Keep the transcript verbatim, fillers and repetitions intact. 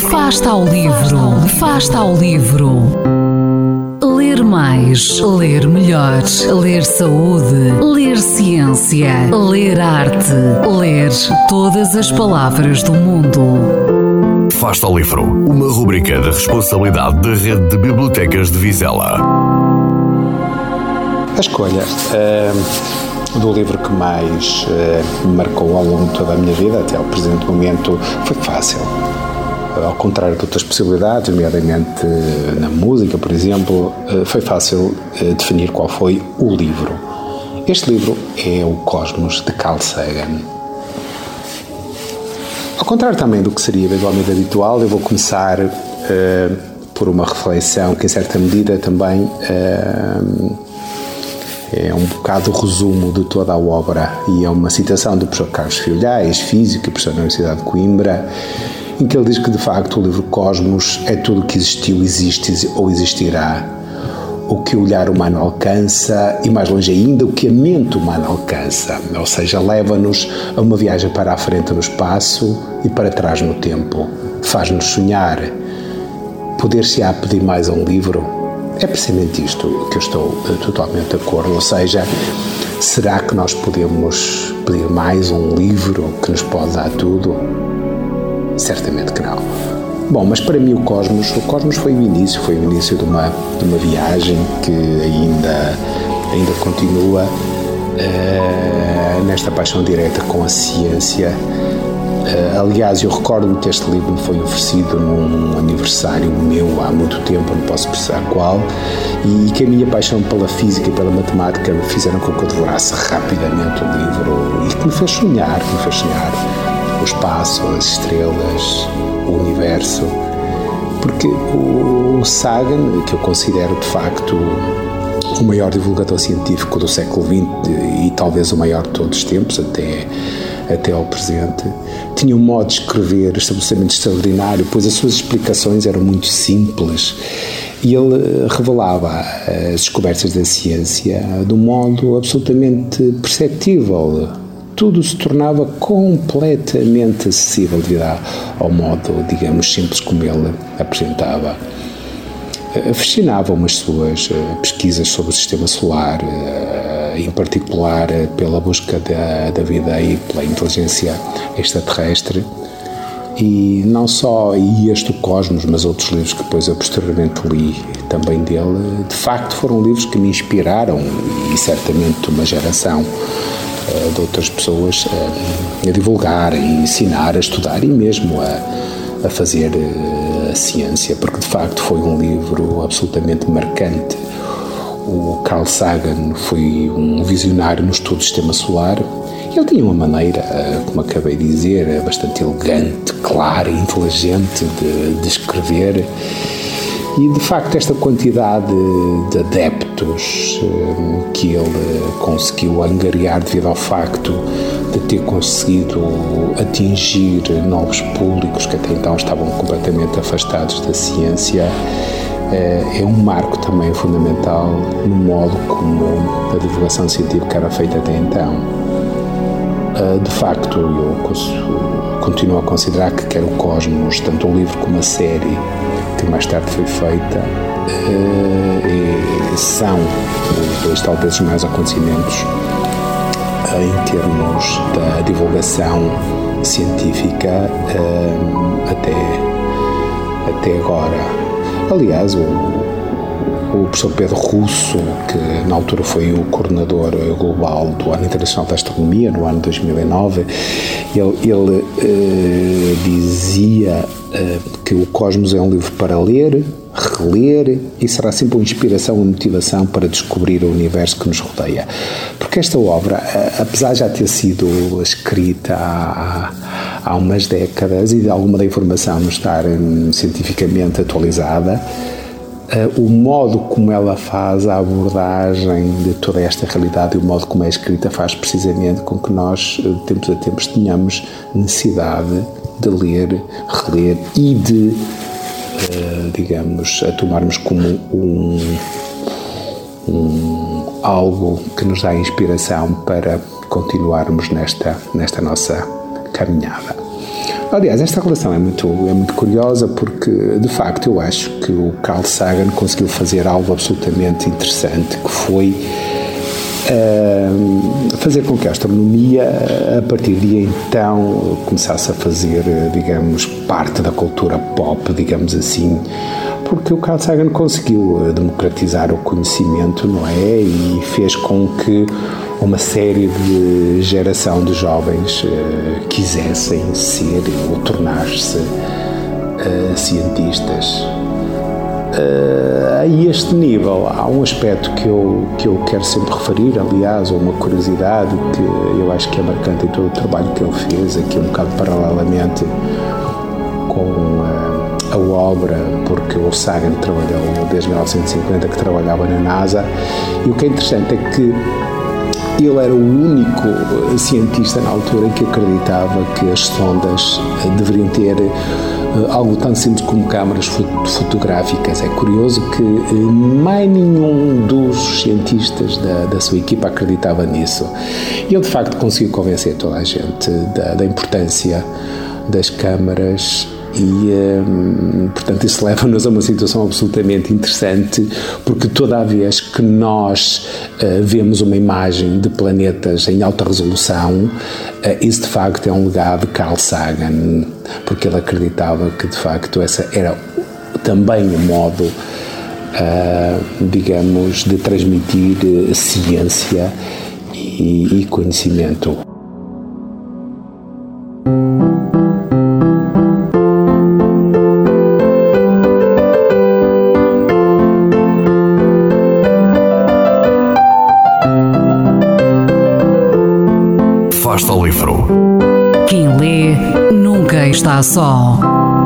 Fasta ao livro, Fasta ao livro. Ler mais, ler melhor, ler saúde, ler ciência, ler arte, ler todas as palavras do mundo. Fasta ao livro, uma rubrica da responsabilidade da Rede de Bibliotecas de Vizela. A escolha uh, do livro que mais uh, me marcou ao longo de toda a minha vida, até ao presente momento, foi fácil. Ao contrário de outras possibilidades, nomeadamente na música, por exemplo, foi fácil definir qual foi o livro. Este livro é o Cosmos, de Carl Sagan. Ao contrário também do que seria eventualmente habitual, eu vou começar uh, por uma reflexão que, em certa medida, também uh, é um bocado o resumo de toda a obra, e é uma citação do professor Carlos Filhais, físico e professor da Universidade de Coimbra, em que ele diz que, de facto, o livro Cosmos é tudo o que existiu, existe ou existirá, o que o olhar humano alcança e, mais longe ainda, o que a mente humana alcança. Ou seja, leva-nos a uma viagem para a frente no espaço e para trás no tempo. Faz-nos sonhar. Poder-se-á pedir mais a um livro? É precisamente isto que eu estou totalmente de acordo. Ou seja, será que nós podemos pedir mais um livro que nos pode dar tudo? Certamente que não. Bom, mas para mim o Cosmos, o Cosmos foi o início, foi o início de uma, de uma viagem que ainda, ainda continua uh, nesta paixão direta com a ciência. Uh, aliás, eu recordo-me que este livro me foi oferecido num aniversário meu há muito tempo, não posso precisar qual, e que a minha paixão pela física e pela matemática me fizeram com que eu devorasse rapidamente o livro e que me fez sonhar, que me fez sonhar o espaço, as estrelas, o universo, porque o Sagan, que eu considero de facto o maior divulgador científico do século vinte e talvez o maior de todos os tempos, até, até ao presente, tinha um modo de escrever absolutamente extraordinário, pois as suas explicações eram muito simples e ele revelava as descobertas da ciência de um modo absolutamente perceptível. Tudo se tornava completamente acessível devido ao modo, digamos, simples como ele apresentava. Fascinavam as suas pesquisas sobre o sistema solar, em particular pela busca da, da vida e pela inteligência extraterrestre. E não só este o Cosmos, mas outros livros que depois eu posteriormente li também dele, de facto foram livros que me inspiraram, e certamente uma geração de outras pessoas a, a divulgar, a ensinar, a estudar e mesmo a, a fazer a ciência, porque de facto foi um livro absolutamente marcante. O Carl Sagan foi um visionário no estudo do sistema solar. Ele tinha uma maneira, como acabei de dizer, bastante elegante, clara e inteligente de, de escrever. E, de facto, esta quantidade de adeptos que ele conseguiu angariar devido ao facto de ter conseguido atingir novos públicos que até então estavam completamente afastados da ciência, é um marco também fundamental no modo como a divulgação científica era feita até então. De facto, eu continuo a considerar que quer o Cosmos, tanto o livro como a série que mais tarde foi feita, uh, são os dois talvez os maiores acontecimentos uh, em termos da divulgação científica uh, até, até agora. Aliás, o, o professor Pedro Russo, que na altura foi o coordenador global do Ano Internacional da Astronomia, no ano dois mil e nove, ele, ele uh, dizia uh, que o Cosmos é um livro para ler, reler e será sempre uma inspiração e motivação para descobrir o universo que nos rodeia. Porque esta obra, apesar de já ter sido escrita há, há umas décadas e de alguma da informação não estar um, cientificamente atualizada, uh, o modo como ela faz a abordagem de toda esta realidade e o modo como é escrita faz precisamente com que nós, de tempos a tempos, tenhamos necessidade de ler, reler e de Uh, digamos, a tomarmos como um, um, algo que nos dá inspiração para continuarmos nesta, nesta nossa caminhada. Aliás, esta relação é muito, é muito curiosa porque, de facto, eu acho que o Carl Sagan conseguiu fazer algo absolutamente interessante, que foi uh, fazer com que a astronomia, a partir de então, começasse a fazer, digamos, parte da cultura pop, digamos assim, porque o Carl Sagan conseguiu democratizar o conhecimento, não é? E fez com que uma série de geração de jovens uh, quisessem ser ou tornar-se uh, cientistas. Uh, a este nível, há um aspecto que eu, que eu quero sempre referir, aliás, ou uma curiosidade que eu acho que é marcante em todo o trabalho que ele fez, aqui um bocado paralelamente com uh, a obra, porque o Sagan trabalhou desde mil novecentos e cinquenta que trabalhava na NASA, e o que é interessante é que ele era o único cientista na altura que acreditava que as sondas deveriam ter algo tão simples como câmaras fotográficas. É curioso que mais nenhum dos cientistas da, da sua equipa acreditava nisso. E ele, de facto, conseguiu convencer toda a gente da, da importância das câmaras. E, hum, portanto, isso leva-nos a uma situação absolutamente interessante, porque toda a vez que nós uh, vemos uma imagem de planetas em alta resolução, uh, isso de facto é um legado de Carl Sagan, porque ele acreditava que de facto essa era também um modo, uh, digamos, de transmitir uh, ciência e, e conhecimento. Afasta o livro. Quem lê nunca está só.